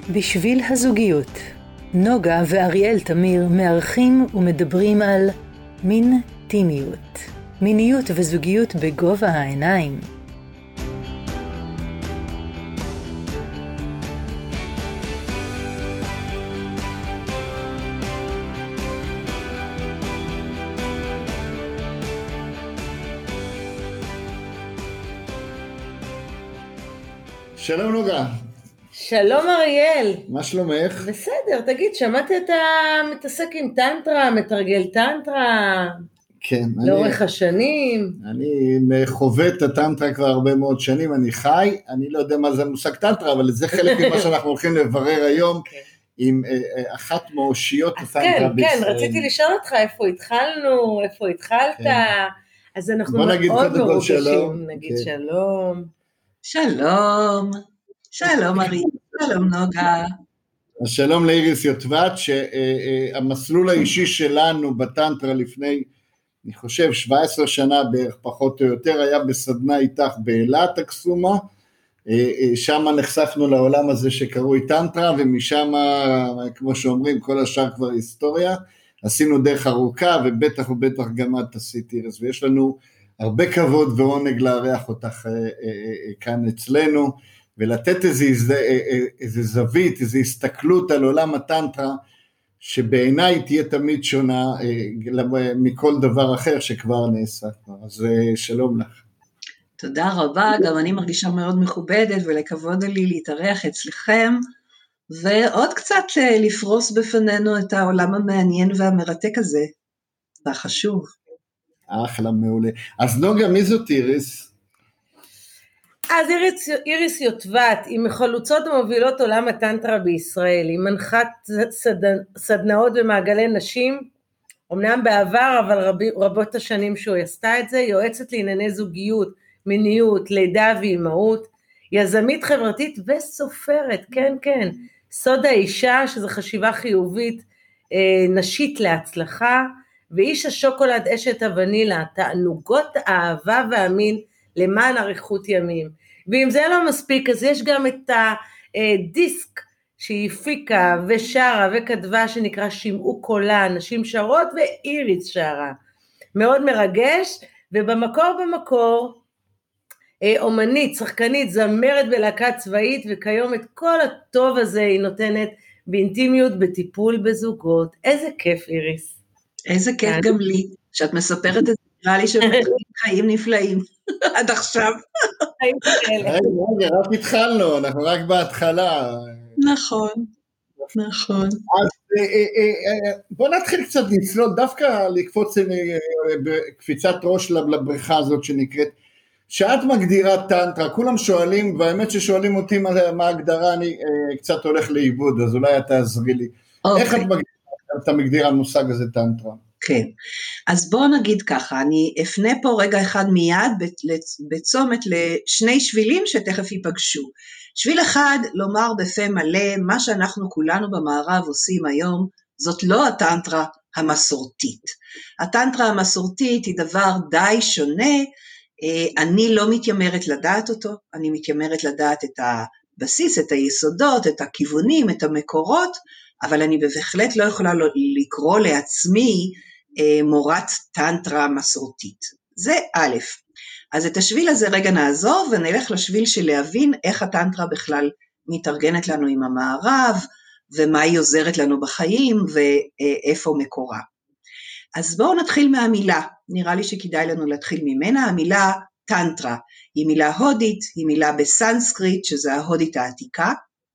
בשביל הזוגיות, נוגה ואריאל תמיר מארחים ומדברים על מינטימיות, מיניות וזוגיות בגובה העיניים. שלום נוגה. שלום אריאל. מה שלומך? בסדר, תגיד, שמעתי אתה מתעסק עם טנטרה, מתרגל טנטרה? כן. לאורך השנים? אני חווה את הטנטרה כבר הרבה מאוד שנים, אני חי, אני לא יודע מה זה המושג טנטרה, אבל זה חלק ממה שאנחנו הולכים לברר היום, עם אחת מאושיות הטנטרה בישראל. כן, רציתי לשאול אותך איפה התחלנו, איפה התחלת, אז אנחנו מאוד מרוגשים, נגיד שלום. שלום, שלום אריאל, שלום נוגה. שלום לאיריס יוטבת, שהמסלול האישי שלנו בטנטרה לפני, אני חושב 17 שנה בערך פחות או יותר, היה בסדנה איתך באילת הקסומה, שם נחשפנו לעולם הזה שקרוי טנטרה, ומשם, כמו שאומרים, כל השאר כבר היסטוריה, עשינו דרך ארוכה, ובטח ובטח גם את עשית איריס, ויש לנו הרבה כבוד ועונג לארח אותך כאן אצלנו, ולתת איזה זווית, איזו הסתכלות על עולם הטנטרה, שבעיניי תהיה תמיד שונה מכל דבר אחר שכבר נעשה. אז שלום לך. תודה רבה, גם אני מרגישה מאוד מכובדת, ולכבוד לי להתארח אצלכם, ועוד קצת לפרוס בפנינו את העולם המעניין והמרתק הזה, והחשוב. אחלה, מעולה. אז נוגה, מי זאת איריס? אז איריס יוטבת, היא מחלוצות ומובילות עולם הטנטרה בישראל, היא מנחת סדנאות במעגלי נשים, אמנם בעבר, אבל רבות השנים שהוא עשתה את זה, יועצת לענייני זוגיות, מיניות, לידה ואימהות, יזמית חברתית וסופרת, כן, סוד האישה, שזו חשיבה חיובית, נשית להצלחה, ואיש השוקולד אשת הוונילה, תענוגות האהבה והמין למען אריכות ימים. ואם זה לא מספיק, אז יש גם את הדיסק שהיא הפיקה ושרה וכתבה, שנקרא שמעו קולה, נשים שרות ואיריס שרה. מאוד מרגש, ובמקור אומנית, שחקנית, זמרת בלהקה צבאית, וכיום את כל הטוב הזה היא נותנת באינטימיות בטיפול בזוגות. איזה כיף איריס. איזה כיף גם לי, שאת מספרת את זה, נראה לי שמתחילים חיים נפלאים, עד עכשיו. רגע, רק התחלנו, אנחנו רק בהתחלה. נכון. אז בוא נתחיל קצת לצלול, דווקא לקפוץ בקפיצת ראש לבריכה הזאת שנקראת, שאת מגדירה טנטרה, כולם שואלים, והאמת ששואלים אותי מה ההגדרה, אני קצת הולך לאיבוד, אז אולי את תעזרי לי. איך אתה מגדיר המושג הזה טנטרה? כן, אז בואו נגיד ככה, אני אפנה פה רגע אחד מיד בצומת לשני שבילים שתכף ייפגשו. שביל אחד, לומר בפה מלא, מה שאנחנו כולנו במערב עושים היום, זאת לא הטנטרה המסורתית. הטנטרה המסורתית היא דבר די שונה, אני לא מתיימרת לדעת אותו, אני מתיימרת לדעת את הבסיס, את היסודות, את הכיוונים, את המקורות, אבל אני בהחלט לא יכולה לקרוא לעצמי מורת טנטרה מסורתית. זה א', אז את השביל הזה רגע נעזוב, ונלך לשביל של להבין איך הטנטרה בכלל מתארגנת לנו עם המערב, ומה היא עוזרת לנו בחיים, ואיפה מקורה. אז בואו נתחיל מהמילה, נראה לי שכדאי לנו להתחיל ממנה. המילה טנטרה היא מילה הודית, היא מילה בסנסקריט, שזה ההודית העתיקה,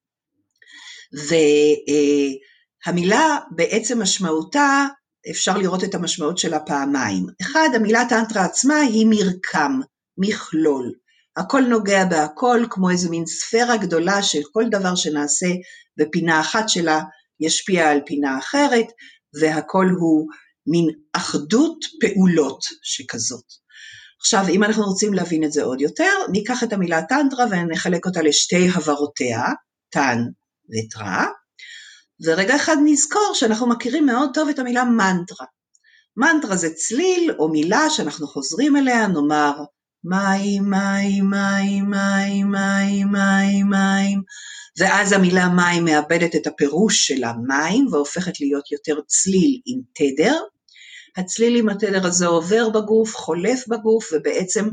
והמילה בעצם משמעותה, אפשר לראות את המשמעות שלה פעמיים. אחד, המילה טנטרה עצמה היא מרקם, מכלול. הכל נוגע בהכל, כמו איזו מין ספירה גדולה של כל דבר שנעשה בפינה אחת שלה, ישפיע על פינה אחרת, והכל הוא מין אחדות פעולות שכזאת. עכשיו, אם אנחנו רוצים להבין את זה עוד יותר, ניקח את המילה טנטרה ונחלק אותה לשתי הברותיה, טן וטרה, ורגע אחד נזכור שאנחנו מכירים מאוד טוב את המילה מנטרה. מנטרה זה צליל או מילה שאנחנו חוזרים אליה, נאמר מים, מים, מים, מים, מים, מים, ואז המילה מים מאבדת את הפירוש של המים, והופכת להיות יותר צליל עם תדר. הצליל עם התדר הזה עובר בגוף, חולף בגוף, ובעצם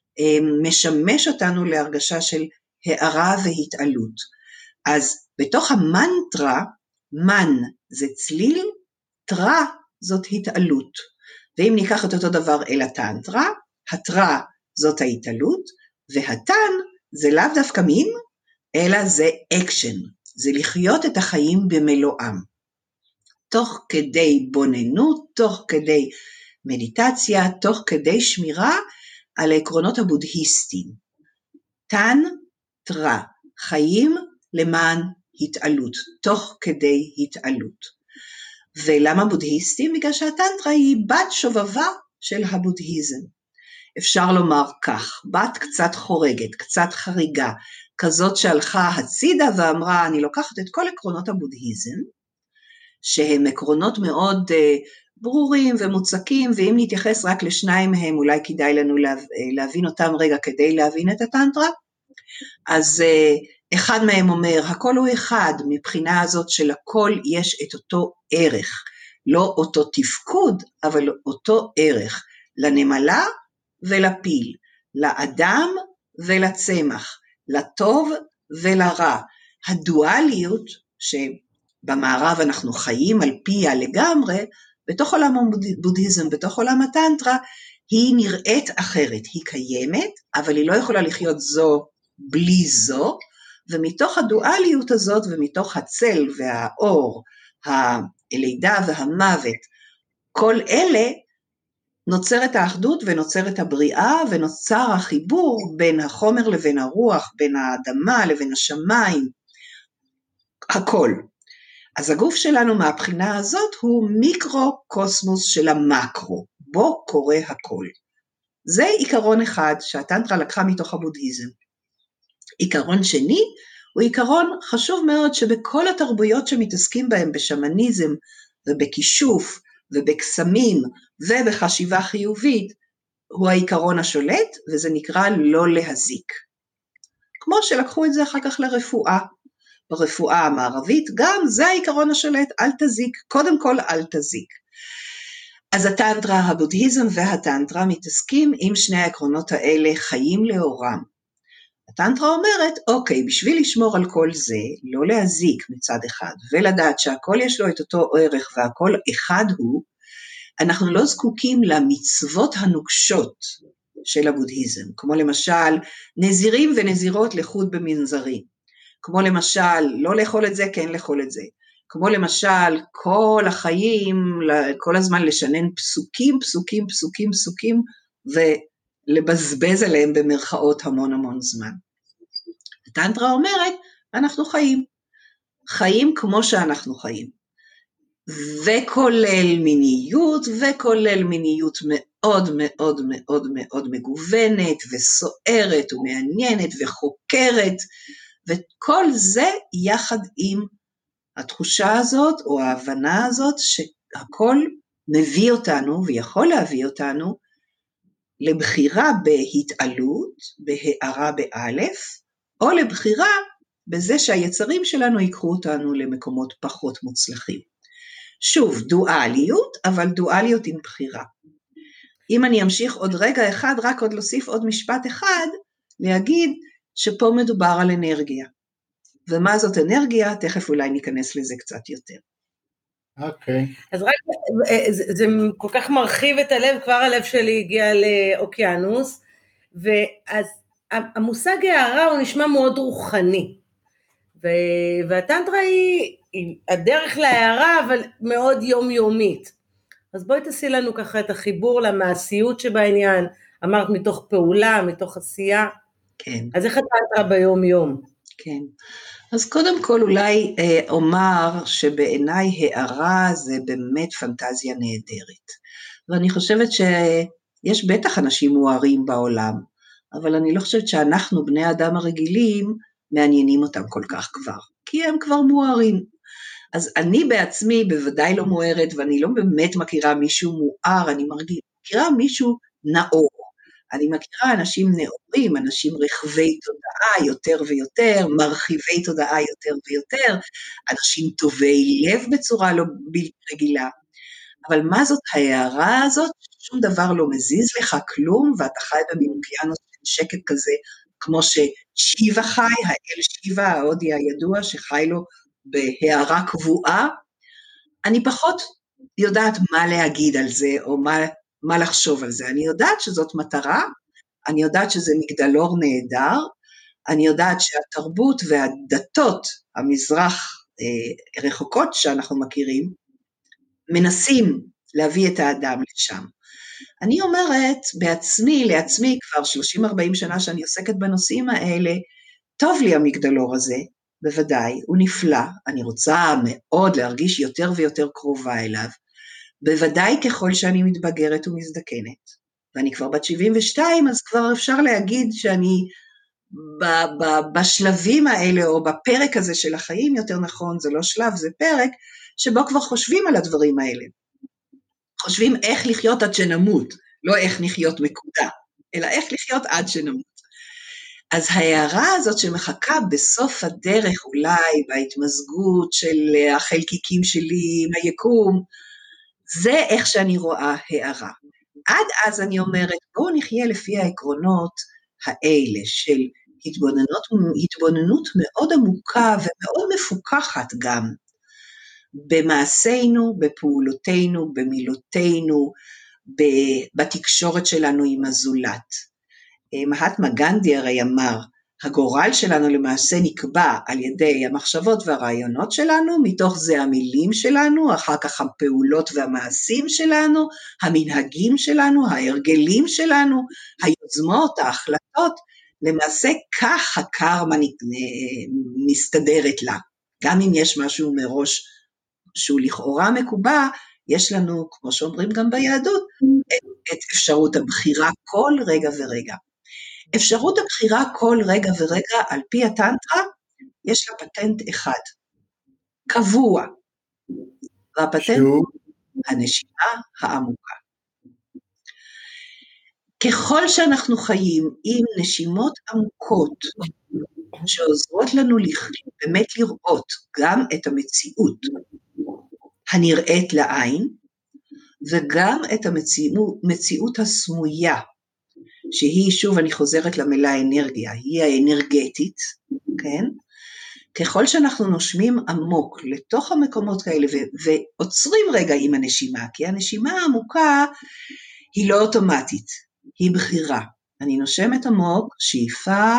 משמש אותנו להרגשה של הערה והתעלות. אז בתוך המנטרה, מן זה צליל, טרה זאת התעלות. ואם ניקח את אותו דבר אל הטנטרה, הטרה זאת ההתעלות, והטן זה לאו דווקא מין, אלא זה אקשן, זה לחיות את החיים במלואם. תוך כדי בוננות, תוך כדי מדיטציה, תוך כדי שמירה על העקרונות הבודהיסטיים. טן, טרה, חיים למען התעלות, תוך כדי התעלות. ולמה בודהיסטים? בגלל שהטנטרה היא בת שובבה של הבודהיזם. אפשר לומר כך, בת קצת חורגת, קצת חריגה, כזאת שהלכה הצידה ואמרה, אני לוקחת את כל עקרונות הבודהיזם, שהם עקרונות מאוד ברורים ומוצקים, ואם נתייחס רק לשניים מהם, אולי כדאי לנו להבין אותם רגע כדי להבין את הטנטרה. אז אחד מהם אומר, הכל הוא אחד, מבחינה הזאת שלכל יש את אותו ערך, לא אותו תפקוד, אבל אותו ערך, לנמלה ולפיל, לאדם ולצמח, לטוב ולרע. הדואליות שבמערב אנחנו חיים על פיה לגמרי, בתוך עולם הבודהיזם, בתוך עולם הטנטרה, היא נראית אחרת, היא קיימת, אבל היא לא יכולה לחיות זו בלי זו, ומתוך הדואליות הזאת, ומתוך הצל והאור, הלידה והמוות, כל אלה נוצרת האחדות ונוצרת הבריאה, ונוצר החיבור בין החומר לבין הרוח, בין האדמה לבין השמיים, הכל. אז הגוף שלנו מהבחינה הזאת הוא מיקרו-קוסמוס של המקרו, בו קורה הכל. זה עיקרון אחד שהטנטרה לקחה מתוך הבודהיזם. עיקרון שני הוא עיקרון חשוב מאוד שבכל התרבויות שמתעסקים בהם בשמניזם ובכישוף ובקסמים ובחשיבה חיובית, הוא העיקרון השולט, וזה נקרא לא להזיק. כמו שלקחו את זה אחר כך לרפואה. ברפואה המערבית גם זה העיקרון השולט, אל תזיק, קודם כל אל תזיק. אז הטנטרה, הבודהיזם והטנטרה מתעסקים עם שני העקרונות האלה, חיים לאורם. הטנטרה אומרת, אוקיי, בשביל לשמור על כל זה, לא להזיק מצד אחד, ולדעת שהכל יש לו את אותו ערך והכל אחד הוא, אנחנו לא זקוקים למצוות הנוקשות של הבודהיזם, כמו למשל נזירים ונזירות לחוד במנזרים, כמו למשל לא לאכול את זה, כן לאכול את זה, כמו למשל כל החיים, כל הזמן לשנן פסוקים, פסוקים, פסוקים, פסוקים, ולבזבז עליהם במרכאות המון המון זמן. הטנטרה אומרת, אנחנו חיים, חיים כמו שאנחנו חיים, וכולל מיניות, וכולל מיניות מאוד מאוד מאוד מאוד מגוונת, וסוערת ומעניינת וחוקרת, וכל זה יחד עם התחושה הזאת, או ההבנה הזאת, שהכל מביא אותנו, ויכול להביא אותנו, לבחירה בהתעלות, בהערה באלף, או לבחירה בזה שהיצרים שלנו יקחו אותנו למקומות פחות מוצלחים. שוב, דואליות, אבל דואליות עם בחירה. אם אני אמשיך עוד רגע אחד, רק עוד להוסיף עוד משפט אחד, להגיד שפה מדובר על אנרגיה. ומה זאת אנרגיה? תכף אולי ניכנס לזה קצת יותר. אוקיי. אז רק, זה כל כך מרחיב את הלב, כבר הלב שלי הגיע לאוקיינוס, ואז המושג הערה הוא נשמע מאוד רוחני, והטנטרה היא הדרך להערה, אבל מאוד יומיומית. אז בואי תעשי לנו ככה את החיבור למעשיות שבעניין, אמרת מתוך פעולה, מתוך עשייה. כן. אז איך הטנטרה ביום יום? כן. אז קודם כל אולי אומר שבעיניי הערה זה באמת פנטזיה נהדרת. ואני חושבת שיש בטח אנשים מוארים בעולם, אבל אני לא חושבת שאנחנו בני האדם הרגילים מעניינים אותם כל כך כבר, כי הם כבר מוארים. אז אני בעצמי בוודאי לא מוארת, ואני לא באמת מכירה מישהו מואר, אני מכירה מישהו נאור. אני מכירה אנשים נאורים, אנשים רחבי תודעה יותר ויותר, מרחיבי תודעה יותר ויותר, אנשים טובי לב בצורה לא בלתי רגילה. אבל מה זאת ההערה הזאת? שום דבר לא מזיז לך כלום, ואתה חי במאוקיינוס שקט כזה, כמו ששיבה חי, האל שיבה, ההודי הידוע, שחי לו בהערה קבועה. אני פחות יודעת מה להגיד על זה, או מה לחשוב על זה. אני יודעת שזאת מטרה, אני יודעת שזה מגדלור נהדר, אני יודעת שהתרבות והדתות המזרח רחוקות שאנחנו מכירים, מנסים להביא את האדם לשם. אני אומרת בעצמי, לעצמי, כבר 30-40 שנה שאני עוסקת בנושאים האלה, טוב לי המגדלור הזה, בוודאי, הוא נפלא, אני רוצה מאוד להרגיש יותר ויותר קרובה אליו, בוודאי ככל שאני מתבגרת ומזדקנת, ואני כבר בת 72, אז כבר אפשר להגיד שאני בשלבים האלה, או בפרק הזה של החיים, יותר נכון, זה לא שלב, זה פרק, שבו כבר חושבים על הדברים האלה. חושבים איך לחיות עד שנמות, לא איך לחיות מקודה, אלא איך לחיות עד שנמות. אז ההערה הזאת שמחכה בסוף הדרך, אולי בהתמזגות של החלקיקים שלי עם היקום, זה איך שאני רואה הערה. עד אז אני אומרת, בואו נחיה לפי העקרונות האלה של התבוננות מאוד עמוקה ומאוד מפוקחת גם, במעשינו, בפעולותינו, במילותינו, בתקשורת שלנו עם הזולת. מהטמה גנדי הרי אמר, הגורל שלנו למעשה נקבע על ידי המחשבות והרעיונות שלנו, מתוך זה המילים שלנו, אחר כך הפעולות והמעשים שלנו, המנהגים שלנו, ההרגלים שלנו, היוזמות, ההחלטות, למעשה כך הקרמה מסתדרת לה. גם אם יש משהו מראש שהוא לכאורה מקובע, יש לנו, כמו שאומרים גם ביהדות, את אפשרות הבחירה כל רגע ורגע. אפשרות הבחירה כל רגע ורגע, על פי הטנטרה, יש לה פטנט אחד, קבוע, והפטנט הוא הנשימה העמוקה. ככל שאנחנו חיים עם נשימות עמוקות, שעוזרות לנו באמת לראות גם את המציאות הנראית לעין, וגם את המציאות הסמויה, שהיא, שוב אני חוזרת למילה אנרגיה, היא האנרגטית, כן? ככל שאנחנו נושמים עמוק לתוך המקומות כאלה, ועוצרים רגע עם הנשימה, כי הנשימה העמוקה היא לא אוטומטית, היא בחירה. אני נושמת עמוק, שאיפה,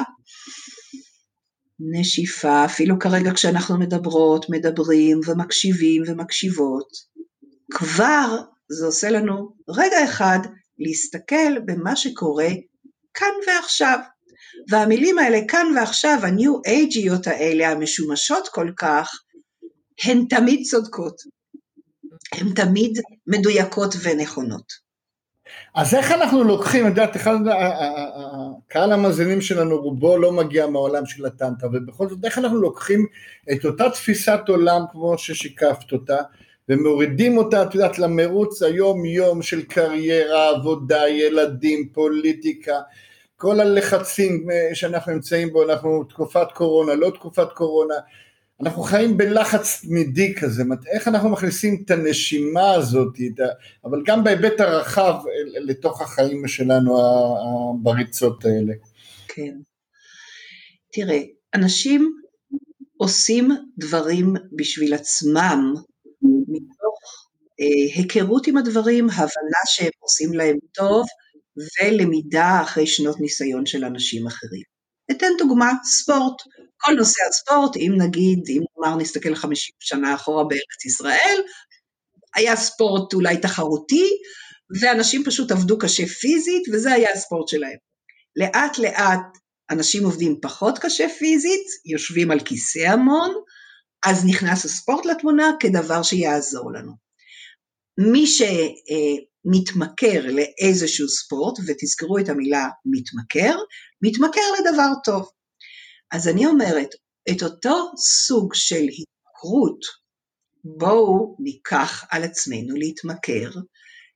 נשיפה, אפילו כרגע כשאנחנו מדברים ומקשיבים ומקשיבות, כבר זה עושה לנו רגע אחד להסתכל במה שקורה כאן ועכשיו. והמילים האלה כאן ועכשיו, הניו אייג'יות האלה, המשומשות כל כך, הן תמיד צודקות. הן תמיד מדויקות ונכונות. אז איך אנחנו לוקחים, יודעת, קהל המאזינים שלנו רובו לא מגיע מהעולם של הטנטרה, ובכל זאת איך אנחנו לוקחים את אותה תפיסת עולם כמו ששיקפת אותה, ומורידים אותה, את יודעת, למרוץ היום יום של קריירה, עבודה, ילדים, פוליטיקה, כל הלחצים שאנחנו נמצאים בו, אנחנו תקופת קורונה, לא תקופת קורונה, אנחנו חיים בלחץ תמידי כזה, איך אנחנו מכניסים את הנשימה הזאת, אבל גם בהיבט הרחב לתוך החיים שלנו בריצות האלה. כן. תראה, אנשים עושים דברים בשביל עצמם, מתוך היכרות עם הדברים, הבנה שהם עושים להם טוב, ולמידה אחרי שנות ניסיון של אנשים אחרים. ניתן דוגמה, ספורט. כל נושא הספורט, אם נאמר נסתכל 50 שנה אחורה בארץ ישראל, היה ספורט אולי תחרותי, ואנשים פשוט עבדו קשה פיזית, וזה היה הספורט שלהם. לאט לאט אנשים עובדים פחות קשה פיזית, יושבים על כיסא המון, אז נכנס הספורט לתמונה כדבר שיעזור לנו. מי שמתמכר לאיזשהו ספורט, ותזכרו את המילה מתמכר לדבר טוב. אז אני אומרת, את אותו סוג של התמכרות, בואו ניקח על עצמנו להתמכר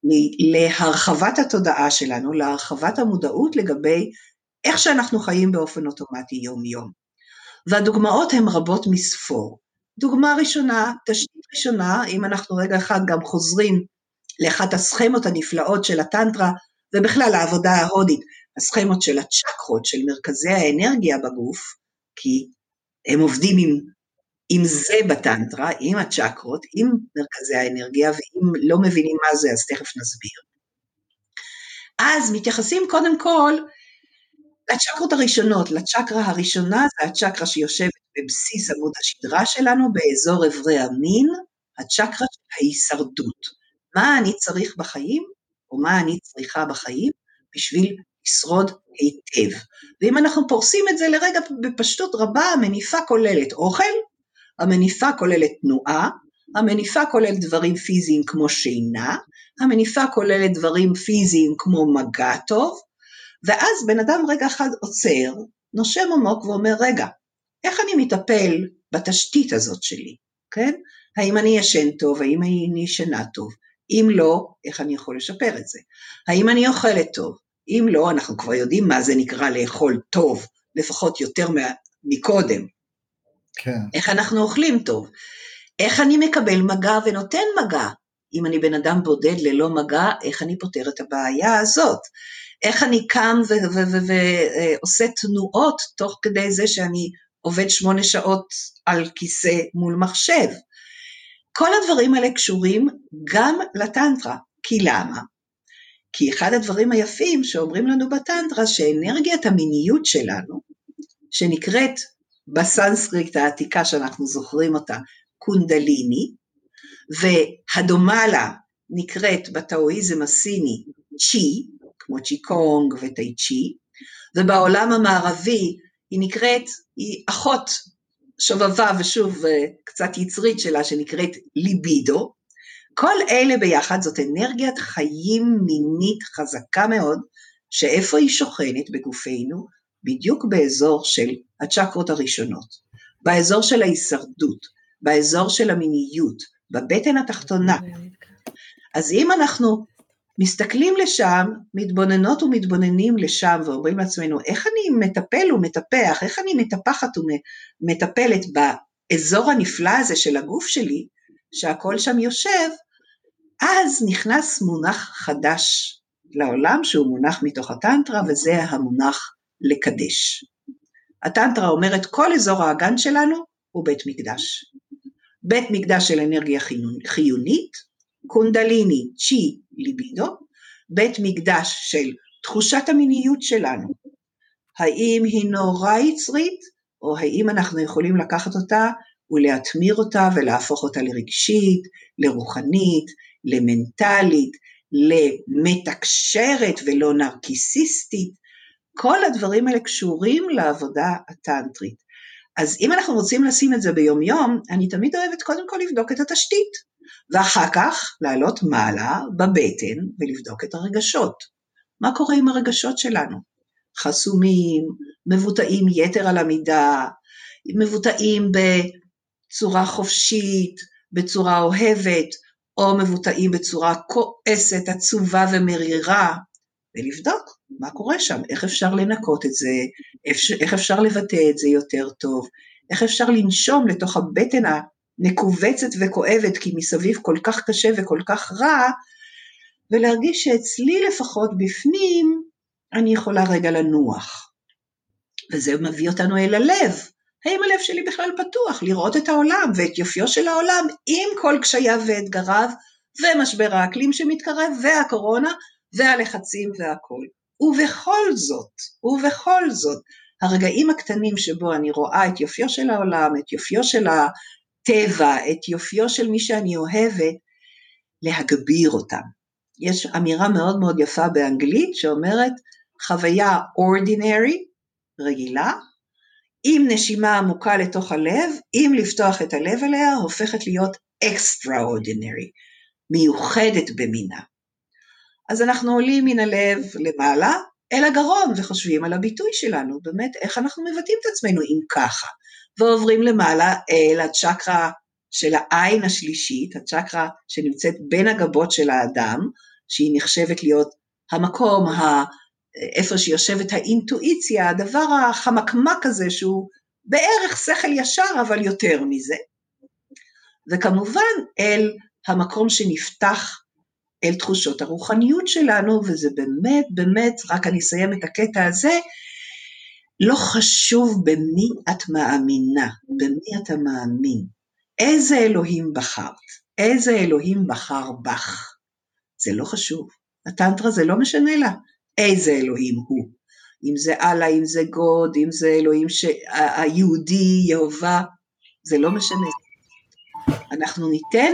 להרחבת התודעה שלנו, להרחבת המודעות לגבי איך שאנחנו חיים באופן אוטומטי יום יום. והדוגמאות הן רבות מספור. דוגמה ראשונה, תשתית ראשונה, אם אנחנו רגע אחד גם חוזרים לאחת הסכמות הנפלאות של הטנטרה, ובכלל העבודה ההודית, הסכמות של הצ'קרות, של מרכזי האנרגיה בגוף, כי הם עובדים עם זה בטנטרה, עם הצ'קרות, עם מרכזי האנרגיה, ואם לא מבינים מה זה, אז תכף נסביר. אז מתייחסים קודם כל לצ'קרות הראשונות. לצ'קרה הראשונה זה הצ'קרה שיושבת בבסיס עמוד השדרה שלנו, באזור אברי המין, הצ'קרה של ההישרדות. מה אני צריך בחיים, או מה אני צריכה בחיים, בשביל לשרוד היטב. ואם אנחנו פורסים את זה לרגע בפשטות רבה, המניפה כוללת אוכל, המניפה כוללת תנועה, המניפה כוללת דברים פיזיים כמו שינה, המניפה כוללת דברים פיזיים כמו מגע טוב, ואז בן אדם רגע אחד עוצר, נושם עמוק ואומר, רגע, איך אני מטפל בתשתית הזאת שלי, כן? האם אני ישן טוב, האם אני ישנה טוב? אם לא, איך אני יכול לשפר את זה? האם אני אוכלת טוב? אם לא, אנחנו כבר יודעים מה זה נקרא לאכול טוב, לפחות יותר מקודם. כן. איך אנחנו אוכלים טוב? איך אני מקבל מגע ונותן מגע? אם אני בן אדם בודד ללא מגע, איך אני פותר את הבעיה הזאת? איך אני קם ועושה תנועות תוך כדי זה שאני עובד 8 שעות על כיסא מול מחשב? כל הדברים האלה קשורים גם לטנטרה. כי למה? כי אחד הדברים היפים שאומרים לנו בטנטרה, שאנרגיית המיניות שלנו, שנקראת בסנסקריט העתיקה שאנחנו זוכרים אותה, קונדליני, והדומה לה נקראת בטאואיזם הסיני צ'י, כמו צ'יקונג וטאי צ'י, ובעולם המערבי היא נקראת, היא אחות שובבה ושוב קצת יצרית שלה שנקראת ליבידו. כל אלה ביחד זאת אנרגיית חיים מינית חזקה מאוד, שאיפה היא שוכנת בגופנו? בדיוק באזור של הצ'קרות הראשונות, באזור של ההישרדות, באזור של המיניות, בבטן התחתונה. אז אם אנחנו מסתכלים לשם, מתבוננות ומתבוננים לשם, ואומרים לעצמנו, איך אני מטפל ומטפח, איך אני מטפחת ומטפלת באזור הנפלא הזה של הגוף שלי, שהכל שם יושב, אז נכנס מונח חדש לעולם, שהוא מונח מתוך הטנטרה, וזה המונח לקדש. הטנטרה אומרת, כל אזור האגן שלנו הוא בית מקדש. בית מקדש של אנרגיה חיונית, קונדליני, צ'י, ליבידו, בית מקדש של תחושת המיניות שלנו, האם היא נורא יצרית, או האם אנחנו יכולים לקחת אותה ולהתמיר אותה ולהפוך אותה לרגשית, לרוחנית, למנטלית, למתקשרת ולא נרקיסיסטית. כל הדברים האלה קשורים לעבודה הטנטרית. אז אם אנחנו רוצים לשים את זה ביום יום, אני תמיד אוהבת קודם כל לבדוק את התשתית, ואחר כך לעלות מעלה בבטן ולבדוק את הרגשות. מה קורה עם הרגשות שלנו? חסומים, מבוטאים יתר על המידה, מבוטאים בצורה חופשית, בצורה אוהבת, או מבוטאים בצורה כועסת, עצובה ומרירה, ולבדוק מה קורה שם, איך אפשר לנקות את זה, איך אפשר לבטא את זה יותר טוב, איך אפשר לנשום לתוך הבטן הנקובצת וכואבת, כי מסביב כל כך קשה וכל כך רע, ולהרגיש שאצלי לפחות בפנים, אני יכולה רגע לנוח. וזה מביא אותנו אל הלב. האם הלב שלי בכלל פתוח, לראות את העולם ואת יופיו של העולם, עם כל קשייו ואתגריו, ומשבר האקלים שמתקרב, והקורונה, והלחצים והכל. ובכל זאת, הרגעים הקטנים שבו אני רואה את יופיו של העולם, את יופיו של הטבע, את יופיו של מי שאני אוהבת, להגביר אותם. יש אמירה מאוד מאוד יפה באנגלית שאומרת, חוויה ordinary, רגילה, עם נשימה עמוקה לתוך הלב, אם לפתוח את הלב אליה, הופכת להיות extraordinary, מיוחדת במינה. אז אנחנו עולים מן הלב למעלה, אל הגרון, וחושבים על הביטוי שלנו, באמת איך אנחנו מבטאים את עצמנו אם ככה, ועוברים למעלה אל הצ'קרה של העין השלישית, הצ'קרה שנמצאת בין הגבות של האדם, שהיא נחשבת להיות המקום, איפה שיושבת האינטואיציה, הדבר החמקמק הזה, שהוא בערך שכל ישר, אבל יותר מזה. וכמובן אל המקום שנפתח אל תחושות הרוחניות שלנו, וזה באמת, באמת, רק אני אסיים את הקטע הזה, לא חשוב במי את מאמינה, במי אתה מאמין, איזה אלוהים בחרת, איזה אלוהים בחר בך, זה לא חשוב, הטנטרה זה לא משנה לה, איזה אלוהים הוא, אם זה אללה, אם זה גוד, אם זה אלוהים היהודי, יהובה, זה לא משנה, אנחנו ניתן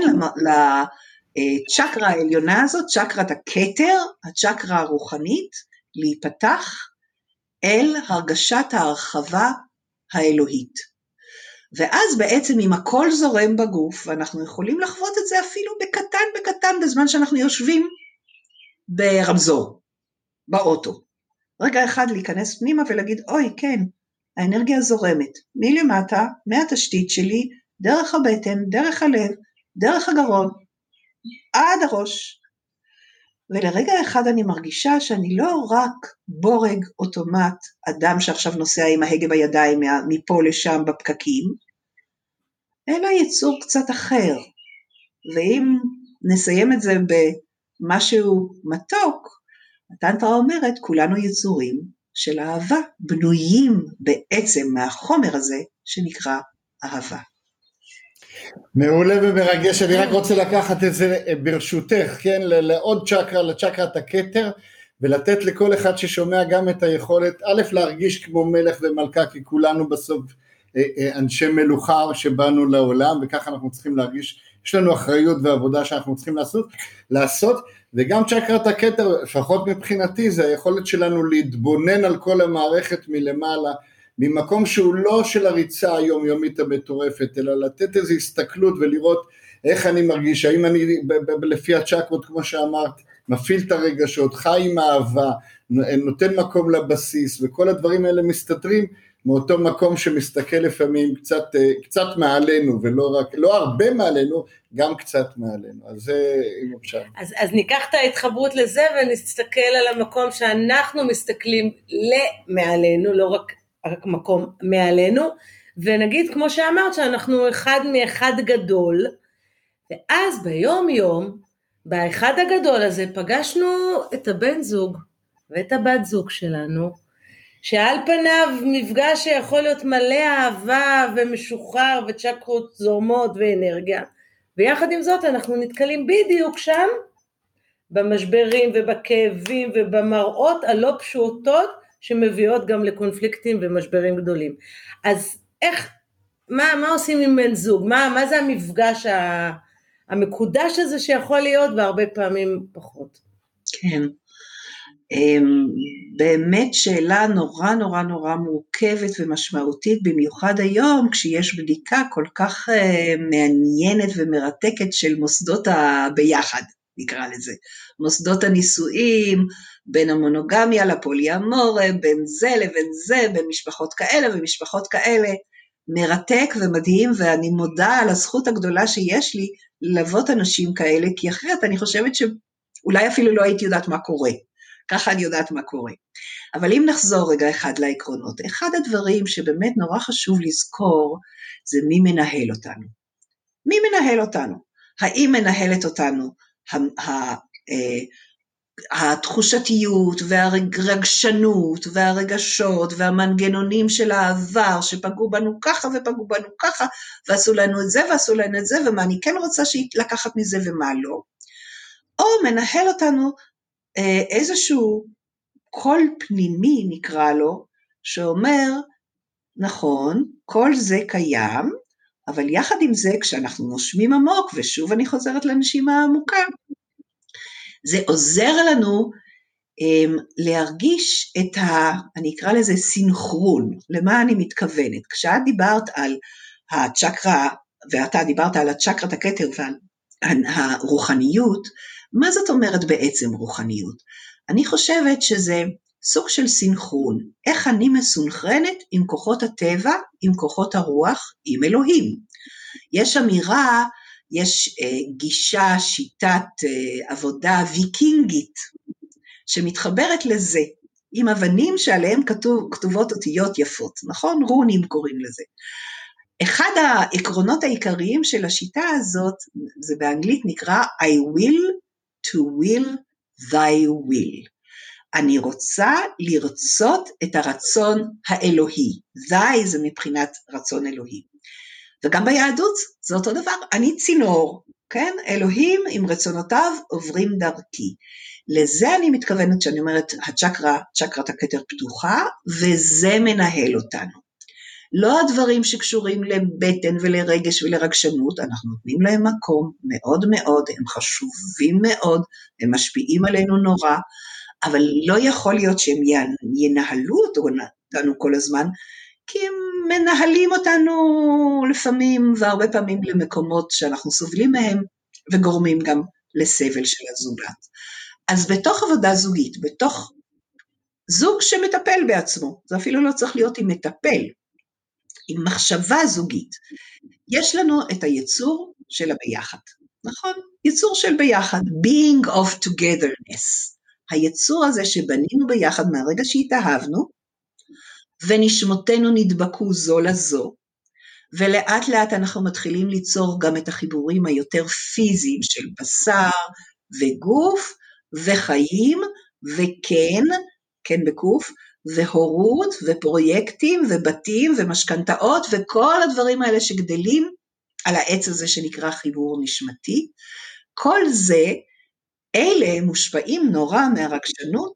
לצ'קרה העליונה הזאת, צ'קרת הכתר, הצ'קרה הרוחנית, להיפתח אל הרגשת ההרחבה האלוהית. ואז בעצם אם הכל זורם בגוף, אנחנו יכולים לחוות את זה אפילו בקטן, בזמן שאנחנו יושבים ברמזור, באוטו. רגע אחד להיכנס פנימה ולהגיד, אוי כן, האנרגיה זורמת, מלמטה, מהתשתית שלי, דרך הבטן, דרך הלב, דרך הגרון, עד הראש. ולרגע אחד אני מרגישה שאני לא רק בורג אוטומט, אדם שעכשיו נוסע עם ההגה בידיים מפה לשם בפקקים, אלא יצור קצת אחר. ואם נסיים את זה במשהו מתוק, הטנטרה אומרת, כולנו יצורים של אהבה, בנויים בעצם מהחומר הזה שנקרא אהבה. מעולה ומרגש, אני רק רוצה לקחת את זה ברשותך, כן, לעוד צ'קרה, לצ'קרת הכתר, ולתת לכל אחד ששומע גם את היכולת, א', להרגיש כמו מלך ומלכה, כי כולנו בסוף אנשי מלוכה שבאנו לעולם, וככה אנחנו צריכים להרגיש, יש לנו אחריות ועבודה שאנחנו צריכים לעשות, וגם צ'קרת הכתר, לפחות מבחינתי, זה היכולת שלנו להתבונן על כל המערכת מלמעלה, ממקום שהוא לא של הריצה היומיומית המטורפת, אלא לתת איזו הסתכלות ולראות איך אני מרגיש, האם אני לפי הצ'קרות כמו שאמרת, מפעיל את הרגשות, חי עם אהבה, נותן מקום לבסיס, וכל הדברים האלה מסתתרים מאותו מקום שמסתכל לפעמים קצת מעלינו, ולא רק, לא הרבה מעלינו, גם קצת מעלינו, אז זה אם אפשר. אז ניקח את ההתחברות לזה, ונסתכל על המקום שאנחנו מסתכלים למעלינו, לא רק מקום מעלינו, ונגיד כמו שאמרת שאנחנו אחד מאחד גדול, ואז ביום יום, באחד הגדול הזה פגשנו את הבן זוג ואת הבת זוג שלנו, שעל פניו מפגש שיכול להיות מלא אהבה ומשוחרר וצ'קרות זורמות ואנרגיה, ויחד עם זאת אנחנו נתקלים בדיוק שם, במשברים ובכאבים ובמראות הלא פשוטות, שמביאות גם לקונפליקטים ומשברים גדולים. אז מה עושים עם בן זוג? מה זה המפגש המקודש הזה שיכול להיות, והרבה פעמים פחות? כן, באמת שאלה נורא נורא נורא מורכבת ומשמעותית, במיוחד היום, כשיש בדיקה כל כך מעניינת ומרתקת של מוסדות הביחד, נקרא לזה, מוסדות הנישואים, בין המונוגמיה לפוליאמורה, בין זה לבין זה, בין משפחות כאלה ומשפחות כאלה, מרתק ומדהים, ואני מודה על הזכות הגדולה שיש לי ללוות אנשים כאלה, כי אחרת אני חושבת שאולי אפילו לא הייתי יודעת מה קורה, ככה אני יודעת מה קורה. אבל אם נחזור רגע אחד לעקרונות, אחד הדברים שבאמת נורא חשוב לזכור, זה מי מנהל אותנו. מי מנהל אותנו? האם מנהלת אותנו התחושתיות והרגשנות והרגשות והמנגנונים של העבר שפגעו בנו ככה ופגעו בנו ככה ועשו לנו את זה ועשו לנו את זה ומה אני כן רוצה לקחת מזה ומה לא, או מנהל אותנו איזשהו קול פנימי נקרא לו, שאומר נכון כל זה קיים, אבל יחד עם זה כשאנחנו נושמים עמוק, ושוב אני חוזרת לנשימה העמוקה, זה עוזר לנו להרגיש את אני אקרא לזה סינכרון, למה אני מתכוונת. כשאת דיברת על הצ'קרה, ואתה דיברת על הצ'קרת הכתר ועל הרוחניות, מה זאת אומרת בעצם רוחניות? אני חושבת שזה סוג של סינכרון, איך אני מסונכרנת עם כוחות הטבע, עם כוחות הרוח, עם אלוהים. יש אמירה יש גישה, שיטת עבודה ויקינגית, שמתחברת לזה, עם אבנים שעליהם כתובות אותיות יפות, נכון? רונים קוראים לזה. אחד העקרונות העיקריים של השיטה הזאת, זה באנגלית נקרא I will to will thy will. אני רוצה לרצות את הרצון האלוהי. thy זה מבחינת רצון אלוהי. וגם ביהדות זה אותו דבר, אני צינור, כן? אלוהים עם רצונותיו עוברים דרכי. לזה אני מתכוונת שאני אומרת, צ'קרת הכתר פתוחה, וזה מנהל אותנו. לא הדברים שקשורים לבטן ולרגש ולרגשנות, אנחנו נותנים להם מקום מאוד מאוד, הם חשובים מאוד, הם משפיעים עלינו נורא, אבל לא יכול להיות שהם ינהלו אותנו כל הזמן, כי הם מנהלים אותנו לפעמים והרבה פעמים למקומות שאנחנו סובלים מהם, וגורמים גם לסבל של הזולת. אז בתוך עבודה זוגית, בתוך זוג שמטפל בעצמו, זה אפילו לא צריך להיות עם מטפל, עם מחשבה זוגית, יש לנו את היצור של הביחד, נכון? יצור של ביחד, being of togetherness, היצור הזה שבנינו ביחד מהרגע שהתאהבנו, ונשמותינו נדבקו זו לזו, ולאט לאט אנחנו מתחילים ליצור גם את החיבורים היותר פיזיים של בשר וגוף וחיים וכן, כן בקוף, והורות ופרויקטים ובתים ומשכנתאות וכל הדברים האלה שגדלים על העץ הזה שנקרא חיבור נשמתי, כל זה, אלה מושפעים נורא מהרגשנות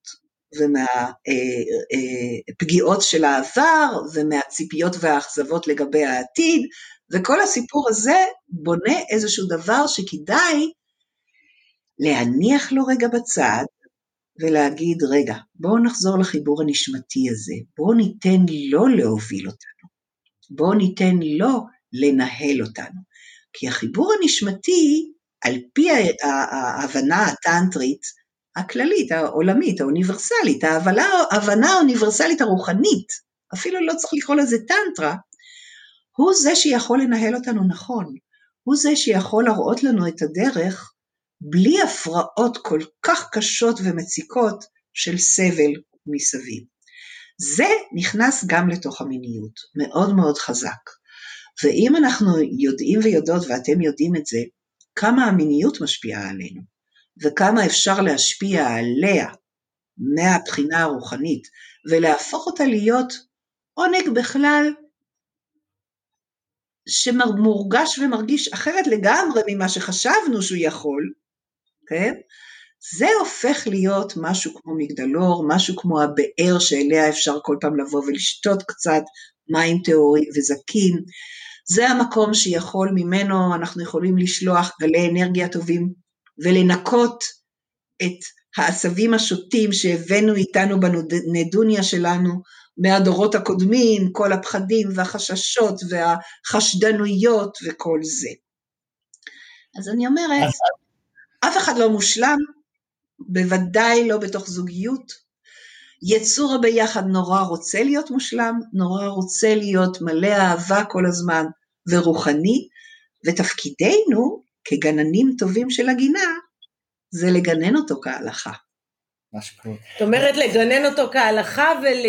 ומהפגיעות של העבר ומהציפיות והאכזבות לגבי העתיד, וכל הסיפור הזה בונה איזשהו דבר שכדאי להניח לו רגע בצד, ולהגיד, רגע, בואו נחזור לחיבור הנשמתי הזה, בואו ניתן לו להוביל אותנו, בואו ניתן לו לנהל אותנו, כי החיבור הנשמתי, על פי ההבנה הטנטרית, הכללית, העולמית, האוניברסלית, ההבנה האוניברסלית הרוחנית, אפילו לא צריך לקרוא לזה טנטרה, הוא זה שיכול לנהל אותנו נכון, הוא זה שיכול להראות לנו את הדרך, בלי הפרעות כל כך קשות ומציקות של סבל מסביב. זה נכנס גם לתוך המיניות, מאוד מאוד חזק. ואם אנחנו יודעים ויודעות, ואתם יודעים את זה, כמה המיניות משפיעה עלינו, וכמה אפשר להשפיע עליה מהבחינה הרוחנית, ולהפוך אותה להיות עונג בכלל, שמורגש ומרגיש אחרת לגמרי ממה שחשבנו שהוא יכול, כן? זה הופך להיות משהו כמו מגדלור, משהו כמו הבאר שאליה אפשר כל פעם לבוא ולשתות קצת מים טהורי וזקים, זה המקום שיכול ממנו, אנחנו יכולים לשלוח גלי אנרגיה טובים, ולנקות את העשבים השוטים שהבאנו איתנו בנדוניה שלנו, מהדורות הקודמים, כל הפחדים והחששות והחשדנויות וכל זה. אז אני אומרת, אף אחד לא מושלם, בוודאי לא בתוך זוגיות, יצור הביחד נורא רוצה להיות מושלם, נורא רוצה להיות מלא אהבה כל הזמן ורוחני, ותפקידנו כגננים טובים של הגינה, זה לגנן אותו כהלכה. זאת אומרת, לגנן אותו כהלכה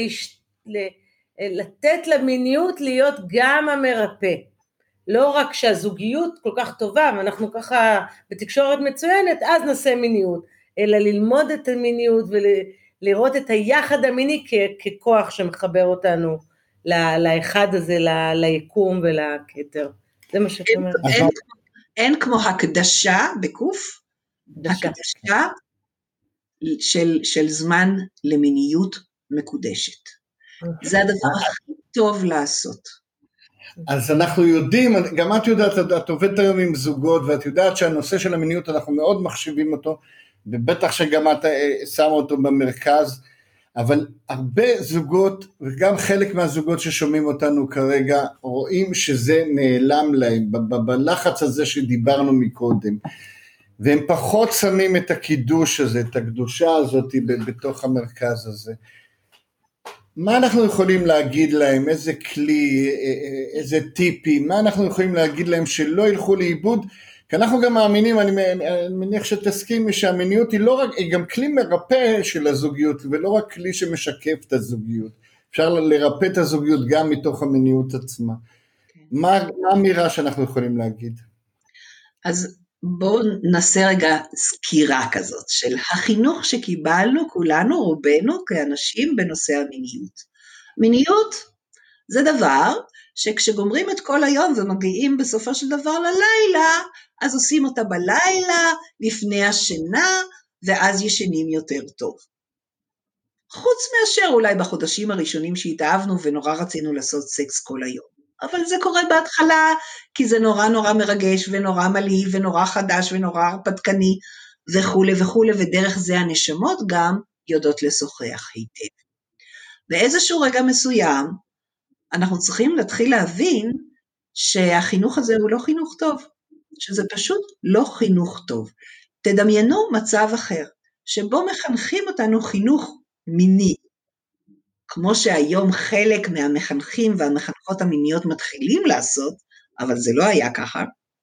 ולתת למיניות להיות גם המרפא. לא רק שהזוגיות כל כך טובה, ואנחנו ככה בתקשורת מצוינת, אז נעשה מיניות, אלא ללמוד את המיניות ולראות את היחד המיני ככוח שמחבר אותנו לאחד הזה, ליקום ולכתר. זה מה שאת אומרת. אין כמו הקדשה בקוף, הקדשה של זמן למיניות מקודשת. זה הדבר הכי טוב לעשות. אז אנחנו יודעים, גם את יודעת, את עובדת היום עם זוגות, ואת יודעת שהנושא של המיניות אנחנו מאוד מחשיבים אותו, ובטח שגם את שמה אותו במרכז, אבל הרבה זוגות, וגם חלק מהזוגות ששומעים אותנו כרגע, רואים שזה נעלם להם, בלחץ הזה שדיברנו מקודם, והם פחות שמים את הקידוש הזה, את הקדושה הזאת בתוך המרכז הזה. מה אנחנו יכולים להגיד להם, איזה כלי, איזה טיפים, מה אנחנו יכולים להגיד להם שלא ילכו לאיבוד, כי אנחנו גם מאמינים, אני מניח שתסכימי שהמיניות היא לא רק, היא גם כלי מרפא של הזוגיות, ולא רק כלי שמשקף את הזוגיות. אפשר לרפא את הזוגיות גם מתוך המיניות עצמה. מה האמירה שאנחנו יכולים להגיד? אז בואו נעשה רגע סקירה כזאת, של החינוך שקיבלנו כולנו, רובנו כאנשים בנושא המיניות. מיניות זה דבר שכשגומרים את כל היום ומגיעים בסופו של דבר ללילה, אז עושים אותה בלילה, לפני השינה, ואז ישנים יותר טוב. חוץ מאשר אולי בחודשים הראשונים שהתאהבנו ונורא רצינו לעשות סקס כל היום. אבל זה קורה בהתחלה, כי זה נורא נורא מרגש ונורא מלהיב ונורא חדש ונורא הרפתקני וכו' וכו', ודרך זה הנשמות גם יודעות לשוחח היטב. באיזשהו רגע מסוים, אנחנו צריכים להתחיל להבין שהחינוך הזה הוא לא חינוך טוב, שזה פשוט לא חינוך טוב. תדמיינו מצב אחר, שבו מחנכים אותנו חינוך מיני, כמו שהיום חלק מהמחנכים והמחנכות המיניות מתחילים לעשות, אבל זה לא היה ככה.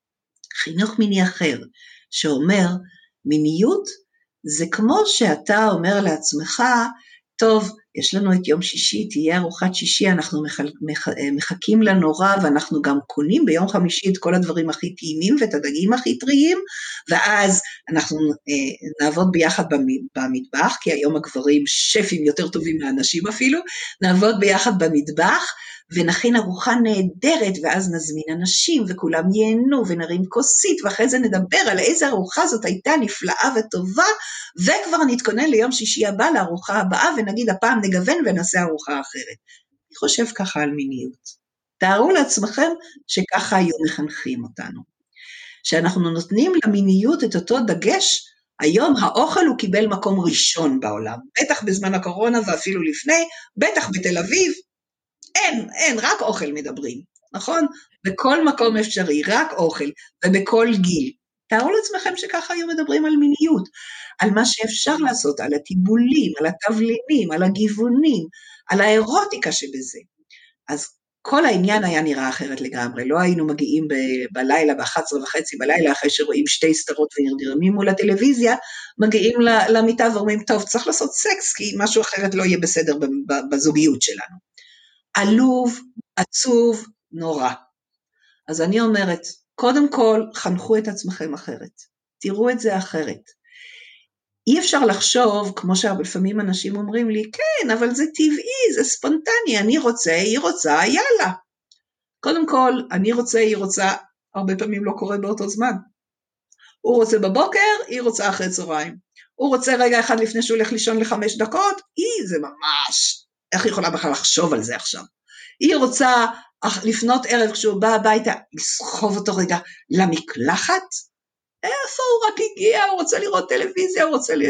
חינוך מיני אחר, שאומר, מיניות זה כמו שאתה אומר לעצמך, טוב, יש לנו את יום שישי, תהיה ארוחת שישי, אנחנו מחכים לנורא, ואנחנו גם קונים ביום חמישי את כל הדברים הכי טעימים, ואת הדגים הכי טריים, ואז אנחנו נעבוד ביחד במטבח, כי היום הגברים שפים יותר טובים מהנשים אפילו, נעבוד ביחד במטבח, ונכין ארוחה נהדרת, ואז נזמין אנשים, וכולם ייהנו, ונרים כוסית, ואחרי זה נדבר על איזה ארוחה זאת הייתה נפלאה וטובה, וכבר נתכונן ליום שישי הבא, לארוחה הבאה, ונגיד הפעם נגוון ונעשה ארוחה אחרת. אני חושב ככה על מיניות. תארו לעצמכם שככה היו מחנכים אותנו. שאנחנו נותנים למיניות את אותו דגש, היום האוכל הוא קיבל מקום ראשון בעולם, בטח בזמן הקורונה ואפילו לפני, בטח בתל אביב, אין, רק אוכל מדברים, נכון? בכל מקום אפשרי, רק אוכל, ובכל גיל. תארו לעצמכם שככה היו מדברים על מיניות, על מה שאפשר לעשות, על הטיבולים, על התבלינים, על הגיוונים, על האירוטיקה שבזה. אז כל העניין היה נראה אחרת לגמרי, לא היינו מגיעים בלילה, ב-11:30 בלילה, אחרי שרואים שתי סדרות ונרדמים מול הטלוויזיה, מגיעים למיטה ואומרים, טוב, צריך לעשות סקס, כי משהו אחרת לא יהיה בסדר בזוגיות שלנו. עלוב, עצוב, נורא. אז אני אומרת, קודם כל, חנכו את עצמכם אחרת. תראו את זה אחרת. אי אפשר לחשוב, כמו שלפעמים אנשים אומרים לי, כן, אבל זה טבעי, זה ספונטני, אני רוצה, היא רוצה, יאללה. קודם כל, אני רוצה, היא רוצה, הרבה פעמים לא קורה באותו זמן. הוא רוצה בבוקר, היא רוצה אחרי צהריים. הוא רוצה רגע אחד לפני שהוא הולך לישון ל5 דקות, זה ממש, איך היא יכולה בכלל לחשוב על זה עכשיו? היא רוצה לפנות ערב כשהוא בא הביתה, לסחוב אותו רגע למקלחת, איפה הוא רק הגיע, הוא רוצה לראות טלוויזיה, הוא רוצה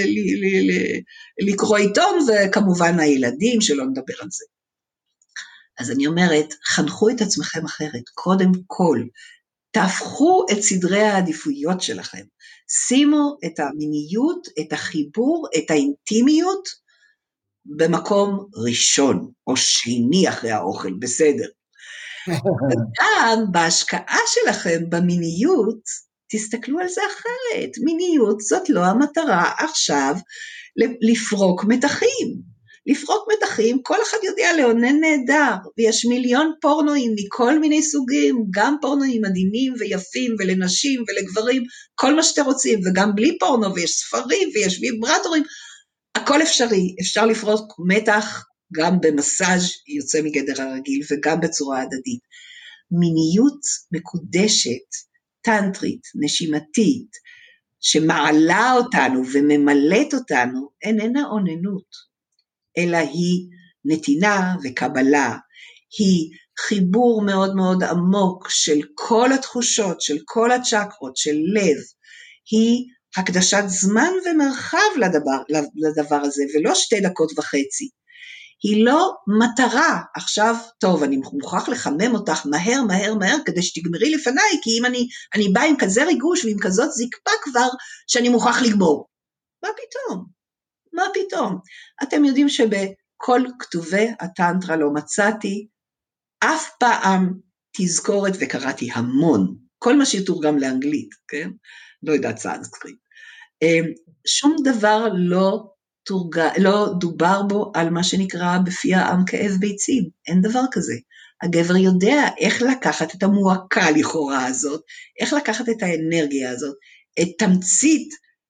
לקרוא עיתון, וכמובן הילדים שלא נדבר על זה. אז אני אומרת, חנכו את עצמכם אחרת, קודם כל, תהפכו את סדרי העדיפויות שלכם, שימו את המיניות, את החיבור, את האינטימיות, במקום ראשון, או שני אחרי האוכל, בסדר. וגם בהשקעה שלכם במיניות, תסתכלו על זה אחרת, מיניות זאת לא המטרה עכשיו לפרוק מתחים. לפרוק מתחים, כל אחד יודע לאונן נהדר, ויש מיליון פורנואים מכל מיני סוגים, גם פורנואים מדהימים ויפים ולנשים ולגברים, כל מה שאתם רוצים, וגם בלי פורנו, ויש ספרים ויש ויברטורים, הכל אפשרי, אפשר לפרוק מתח גם במסאז' יוצא מגדר הרגיל, וגם בצורה הדדית. מיניות מקודשת, טנטרית, נשימתית, שמעלה אותנו וממלאת אותנו, איננה אוננות, אלא היא נתינה וקבלה, היא חיבור מאוד מאוד עמוק של כל התחושות, של כל הצ'קרות, של לב, היא הקדשת זמן ומרחב לדבר הזה, ולא 2.5 דקות. היא לא מטרה, עכשיו, טוב, אני מוכרח לחמם אותך מהר, מהר, מהר, כדי שתגמרי לפניי, כי אם אני באה עם כזה ריגוש, ועם כזאת זקפה כבר, שאני מוכרח לגמור. מה פתאום? מה פתאום? אתם יודעים שבכל כתובי הטנטרה לא מצאתי, אף פעם תזכורת, וקראתי המון כל מה שיתורגם לאנגלית, כן? לא יודעת סנסקריט. שום דבר לא דובר בו על מה שנקרא בפי העם כאב ביצים, אין דבר כזה. הגבר יודע איך לקחת את המועקה לכאורה הזאת, איך לקחת את האנרגיה הזאת, את תמצית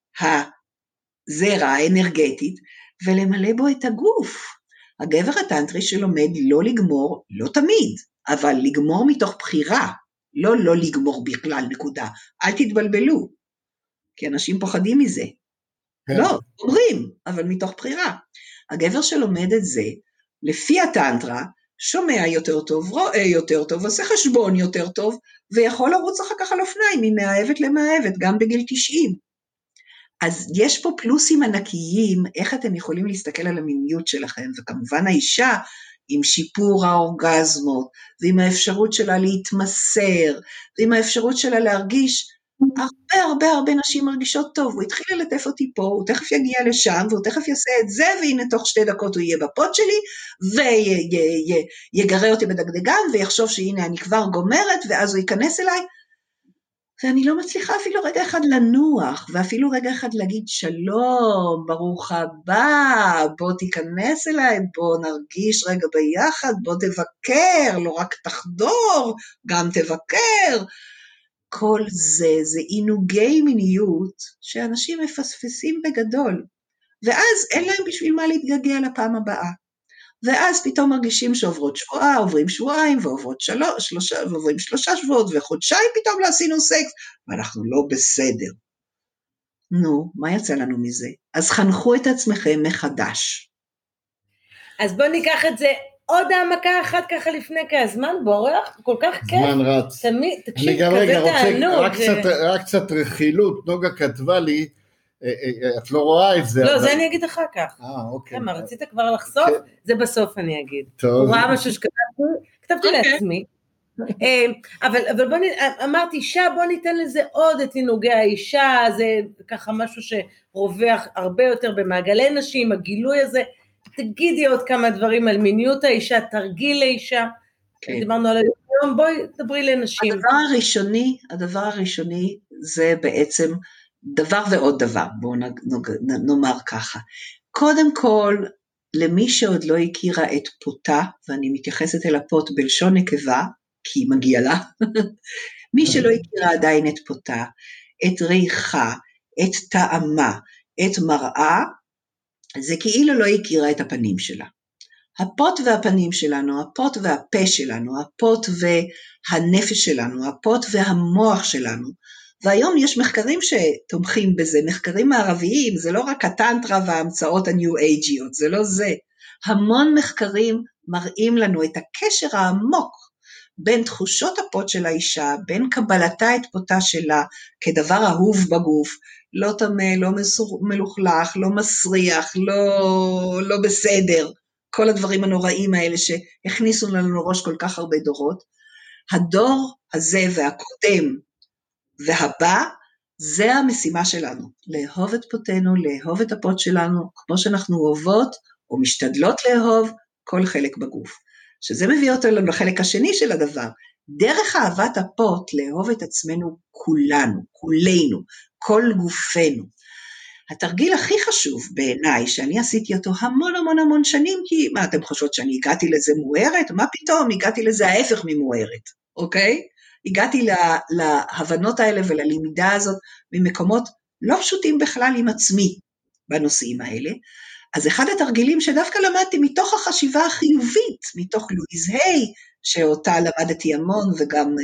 הזרע האנרגטית, ולמלא בו את הגוף. הגבר הטנטרי שלומד לא לגמור, לא תמיד, אבל לגמור מתוך בחירה, לא לגמור בכלל, נקודה. אל תתבלבלו, כי אנשים פוחדים מזה. לא, אומרים, אבל מתוך בחירה. הגבר שלומד את זה, לפי הטנטרה, שומע יותר טוב, רואה יותר טוב, עושה חשבון יותר טוב, ויכול לרוץ אחר כך על אופניים, ממאהבת למאהבת, גם בגיל 90. אז יש פה פלוסים ענקיים, איך אתם יכולים להסתכל על המיניות שלכם, וכמובן האישה, עם שיפור האורגזמות, ועם האפשרות שלה להתמסר, ועם האפשרות שלה להרגיש, הרבה נשים מרגישות טוב, הוא התחיל ללטף אותי פה, הוא תכף יגיע לשם, והוא תכף יעשה את זה, והנה תוך 2 דקות הוא יהיה בפוד שלי, ויגרה אותי בדגדגן, ויחשוב שהנה אני כבר גומרת, ואז הוא ייכנס אליי, ואני לא מצליחה אפילו רגע אחד לנוח, ואפילו רגע אחד להגיד שלום, ברוך הבא, בוא תיכנס אליי, בוא נרגיש רגע ביחד, בוא תבקר, לא רק תחדור, גם תבקר, כל זה עינוגי מיניות שאנשים מפספסים בגדול, ואז אין להם בשביל מה להתגעגע לפעם הבאה, ואז פתאום מרגישים שעוברות שבועה, עוברים שבועיים, ועוברים 3 שבועות, וחודשיים פתאום לא עשינו סקס, ואנחנו לא בסדר. נו, מה יצא לנו מזה? אז חנכו את עצמכם מחדש. אז בואו ניקח את זה עוד העמקה אחת ככה לפני, כי הזמן בורח, כל כך כיף. זמן רץ. תקשיב, כזה תענוג. רק קצת רכילות, נוגה כתבה לי, את לא רואה את זה. לא, זה אני אגיד אחר כך. אוקיי. למה, רצית כבר לחשוף? זה בסוף אני אגיד. טוב. הוא ראה משהו שכתבתי לעצמי. אבל אמרתי, אישה, בוא ניתן לזה עוד את עינוגי האישה, זה ככה משהו שרווח הרבה יותר במעגלי נשים, הגילוי הזה, תגידי עוד כמה דברים על מיניות האישה, תרגיל לאישה, דיברנו על היום, בואי דברי לנשים. הדבר הראשוני זה בעצם דבר ועוד דבר, בואו נאמר ככה. קודם כל, למי שעוד לא הכירה את פותה, ואני מתייחסת אל הפות בלשון נקבה, כי היא מגיעה לה, מי שלא הכירה עדיין את פותה, את ריחה, את טעמה, את מראה, זה כאילו לא הכירה את הפנים שלה. הפות והפנים שלנו, הפות והפה שלנו, הפות והנפש שלנו, הפות והמוח שלנו, והיום יש מחקרים שתומכים בזה, מחקרים מערביים, זה לא רק הטנטרה וההמצאות הניו-אייג'יות, זה לא זה. המון מחקרים מראים לנו את הקשר העמוק בין תחושות הפות של האישה, בין קבלתה את פותה שלה כדבר אהוב בגוף, לא טמא, לא מלוכלך, לא מסריח, לא בסדר, כל הדברים הנוראים האלה שהכניסו לנו ראש כל כך הרבה דורות. הדור הזה והקודם והבא, זה המשימה שלנו, לאהוב את פותנו, לאהוב את הפות שלנו, כמו שאנחנו אוהבות או משתדלות לאהוב כל חלק בגוף. שזה מביא אותנו לחלק השני של הדבר, דרך אהבת הפות לאהוב את עצמנו כולנו, כולנו, כל גופנו. התרגיל הכי חשוב בעיניי, שאני עשיתי אותו המון שנים, כי מה אתם חושבות שאני הגעתי לזה מוארת? מה פתאום? הגעתי לזה ההפך ממוארת, אוקיי? הגעתי להבנות האלה וללמידה הזאת ממקומות לא פשוטים בכלל עם עצמי בנושאים האלה. אז אחד התרגילים שדווקא למדתי מתוך החשיבה החיובית, מתוך לואיז היי, שאותה למדתי המון וגם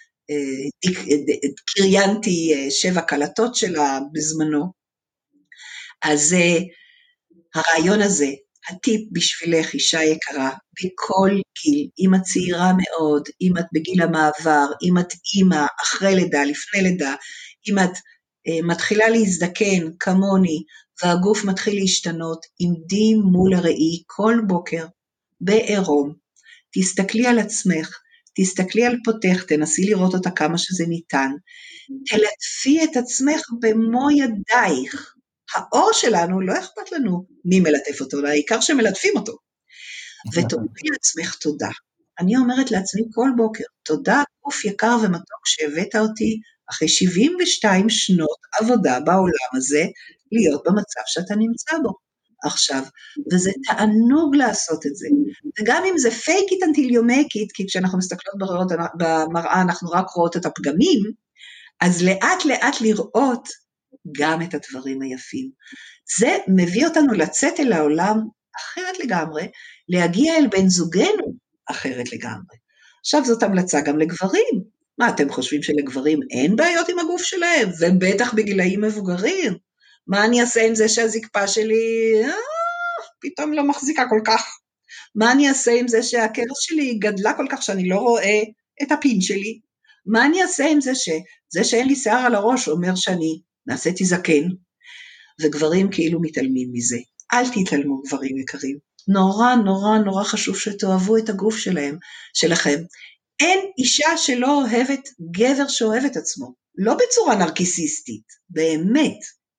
קריינתי 7 קלטות שלה בזמנו. אז הרעיון הזה, הטיפ בשבילך אישה יקרה, בכל גיל, אם את צעירה מאוד, אם את בגיל המעבר, אם את אימא, אחרי לידה, לפני לידה, אם את מתחילה להזדקן כמוני, והגוף מתחיל להשתנות, עמדי מול הראי כל בוקר, בעירום, תסתכלי על עצמך, תסתכלי על פותך, תנסי לראות אותה כמה שזה ניתן, תלטפי את עצמך במו ידייך, האור שלנו לא אכפת לנו מי מלטף אותו, העיקר שמלטפים אותו, ותאמרי לעצמך תודה, אני אומרת לעצמי כל בוקר, תודה גוף יקר ומתוק שהבאת אותי אחרי 72 שנות עבודה בעולם הזה, להיות במצב שאתה נמצא בו עכשיו, וזה תענוג לעשות את זה, וגם אם זה fake it until you make it, כי כשאנחנו מסתכלות במראה אנחנו רק רואות את הפגמים, אז לאט לאט לראות גם את הדברים היפים. זה מביא אותנו לצאת אל העולם אחרת לגמרי, להגיע אל בן זוגנו אחרת לגמרי. עכשיו זאת המלצה גם לגברים. מה, אתם חושבים שלגברים אין בעיות עם הגוף שלהם? ובטח בגילאים מבוגרים. מה אני אעשה עם זה שהזקפה שלי פתאום לא מחזיקה כל כך? מה אני אעשה עם זה שהקרס שלי גדלה כל כך שאני לא רואה את הפין שלי? מה אני אעשה עם זה שאין לי שיער על הראש אומר שאני נעשיתי זקן? וגברים כאילו מתעלמים מזה. אל תתעלמו גברים יקרים. נורא נורא נורא חשוב שתאהבו את הגוף שלכם. אין אישה שלא אוהבת גבר שאוהב את עצמו. לא בצורה נרקיסיסטית, באמת.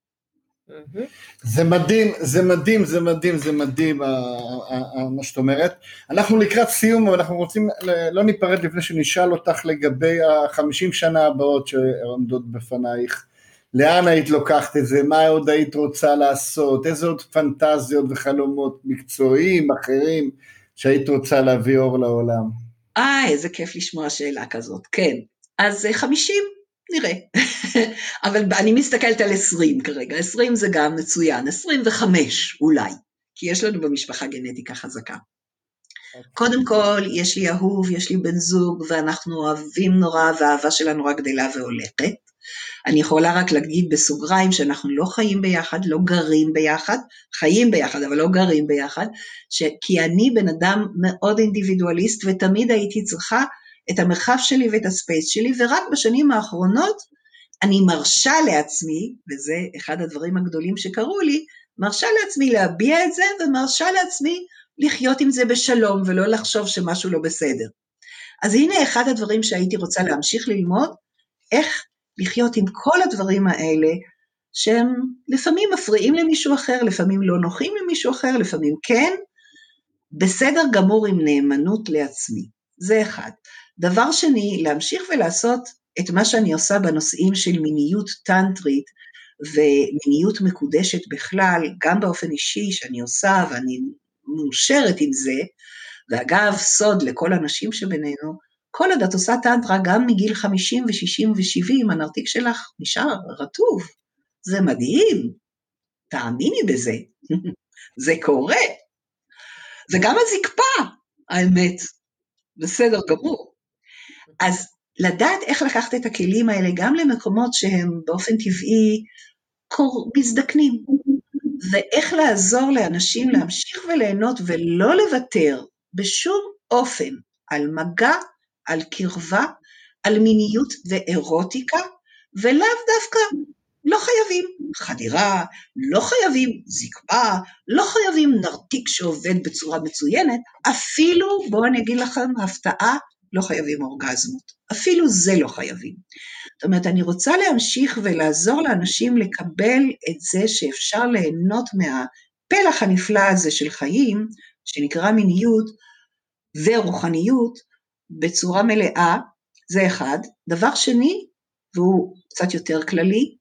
זה מדהים, זה מדהים, זה מדהים, זה מדהים מה שאת אומרת. אנחנו לקראת סיום, ואנחנו רוצים, לא ניפרד לפני שנשאל אותך לגבי 50 שנה הבאות שעומדות בפנייך. לאן היית לוקחת את זה? מה עוד היית רוצה לעשות? איזה עוד פנטזיות וחלומות מקצועיים אחרים שהיית רוצה להביא אור לעולם? איזה כיף לשמוע שאלה כזאת, כן. אז 50 נראה, אבל אני מסתכלת על 20 כרגע, 20 זה גם מצוין, 25 אולי, כי יש לנו במשפחה גנטיקה חזקה. קודם כל, יש לי אהוב, יש לי בן זוג, ואנחנו אוהבים נורא, והאהבה שלנו רק גדלה והולכת. אני יכולה רק להגיד בסוגריים שאנחנו לא חיים ביחד, לא גרים ביחד, חיים ביחד, אבל לא גרים ביחד, כי אני בן אדם מאוד אינדיבידואליסט, ותמיד הייתי צריכה את המרחב שלי ואת הספייס שלי, ורק בשנים האחרונות אני מרשה לעצמי, וזה אחד הדברים הגדולים שקרו לי, מרשה לעצמי להביע את זה, ומרשה לעצמי לחיות עם זה בשלום, ולא לחשוב שמשהו לא בסדר. אז הנה אחד הדברים שהייתי רוצה להמשיך ללמוד, איך לחיות עם כל הדברים האלה, שהם לפעמים מפריעים למישהו אחר, לפעמים לא נוחים למישהו אחר, לפעמים כן, בסדר גמור עם נאמנות לעצמי. זה אחד. דבר שני, להמשיך ולעשות את מה שאני עושה בנושאים של מיניות טנטרית, ומיניות מקודשת בכלל, גם באופן אישי שאני עושה, ואני מאושרת עם זה, ואגב, סוד לכל הנשים שבינינו, כל עוד את עושה טנטרה, גם מגיל 50 ו-60 ו-70, הנרתיק שלך נשאר רטוב. זה מדהים, תאמיני בזה, זה קורה. וגם הזקפה, האמת, בסדר גמור. אז לדעת איך לקחת את הכלים האלה, גם למקומות שהם באופן טבעי מזדקנים, ואיך לעזור לאנשים להמשיך וליהנות ולא לוותר בשום אופן על מגע, על קרבה, על מיניות ואירוטיקה, ולאו דווקא לא חייבים חדירה, לא חייבים זקפה, לא חייבים נרתיק שעובד בצורה מצוינת, אפילו, בואו אני אגיד לכם, הפתעה, לא חייבים אורגזמות, אפילו זה לא חייבים. זאת אומרת, אני רוצה להמשיך ולעזור לאנשים לקבל את זה שאפשר ליהנות מהפלח הנפלא הזה של חיים, שנקרא מיניות ורוחניות, בצורה מלאה, זה אחד. דבר שני, והוא קצת יותר כללי,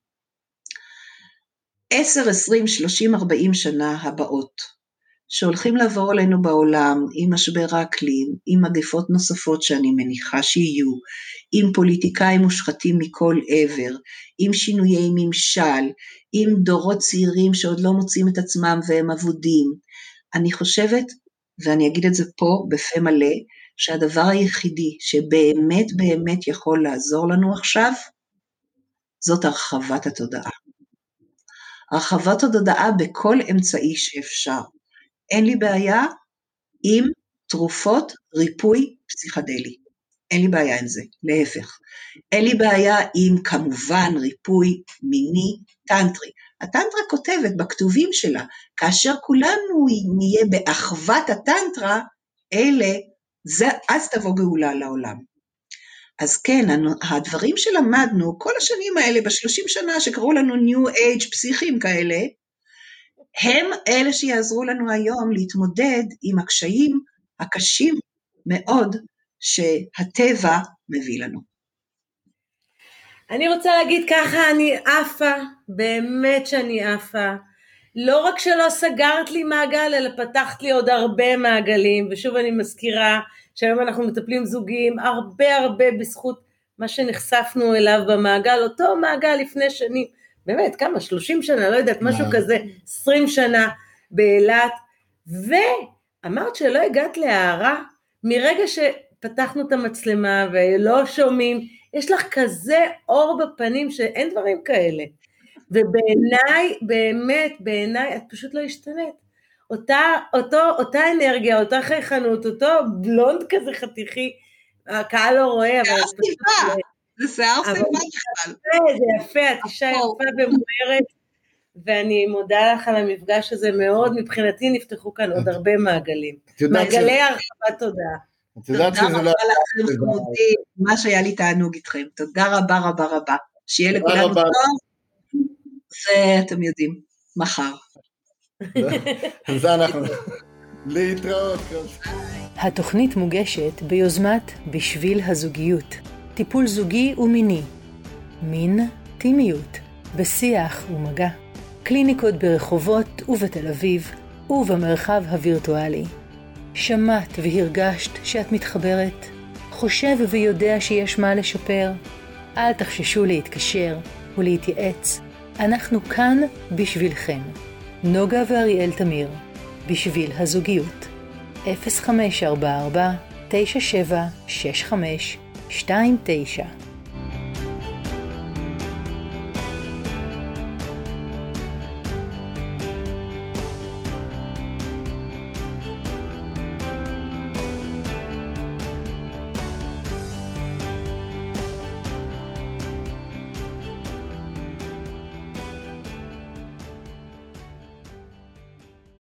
10, 20, 30, 40 שנה הבאות, שהולכים לעבור עלינו בעולם, עם משבר האקלים, עם מגפות נוספות שאני מניחה שיהיו, עם פוליטיקאים מושחתים מכל עבר, עם שינויי ממשל, עם דורות צעירים שעוד לא מוצאים את עצמם והם עבודים. אני חושבת, ואני אגיד את זה פה בפה מלא, שהדבר היחידי שבאמת באמת יכול לעזור לנו עכשיו, זאת הרחבת התודעה. הרחבת התודעה בכל אמצעי שאפשר. אין לי בעיה עם תרופות ריפוי פסיכדלי. אין לי בעיה עם זה, להפך. אין לי בעיה עם כמובן ריפוי מיני טנטרי. הטנטרה כותבת בכתובים שלה, כאשר כולנו נהיה באחוות הטנטרה, אז תבוא גאולה לעולם. אז כן, הדברים שלמדנו, כל השנים האלה, ב30 שנה שקראו לנו New Age פסיכים כאלה, הם אלה שיעזרו לנו היום להתמודד עם הקשיים הקשים מאוד שהטבע מביא לנו. אני רוצה להגיד ככה, אני עפה, באמת שאני עפה. לא רק שלא סגרת לי מעגל, אלא פתחת לי עוד הרבה מעגלים, ושוב אני מזכירה שהיום אנחנו מטפלים זוגיים הרבה בזכות מה שנחשפנו אליו במעגל, אותו מעגל לפני שנים, באמת כמה, 30 שנה, לא יודעת, משהו כזה, 20 שנה באילת, ואמרת שלא הגעת להערה, מרגע שפתחנו את המצלמה ולא שומעים, יש לך כזה אור בפנים שאין דברים כאלה, ובעיניי, באמת, בעיניי, את פשוט לא השתנית. אותה אנרגיה, אותה חייכנות, אותו בלונד כזה חתיכי, הקהל לא רואה, אבל... זה שיער סיבה בכלל. זה יפה, את אישה יפה ומוארת, ואני מודה לך על המפגש הזה מאוד, מבחינתי נפתחו כאן עוד הרבה מעגלים. מעגלי הרחבת תודעה. תודה רבה לכם חמודי, מה שהיה לי תענוג איתכם. תודה רבה. שיהיה לכולנו טוב. זה אתם יודעים, מחר. זה אנחנו. להתראות. התוכנית מוגשת ביוזמת בשביל הזוגיות. טיפול זוגי ומיני. מין, טימיות, בשיח ומגע. קליניקות ברחובות ובתל אביב ובמרחב הווירטואלי. שמעת והרגשת שאת מתחברת? חושב ויודע שיש מה לשפר? אל תחששו להתקשר ולהתייעץ. אנחנו כאן בשבילכם. נוגה ואריאל תמיר, בשביל הזוגיות. 0544 9765 29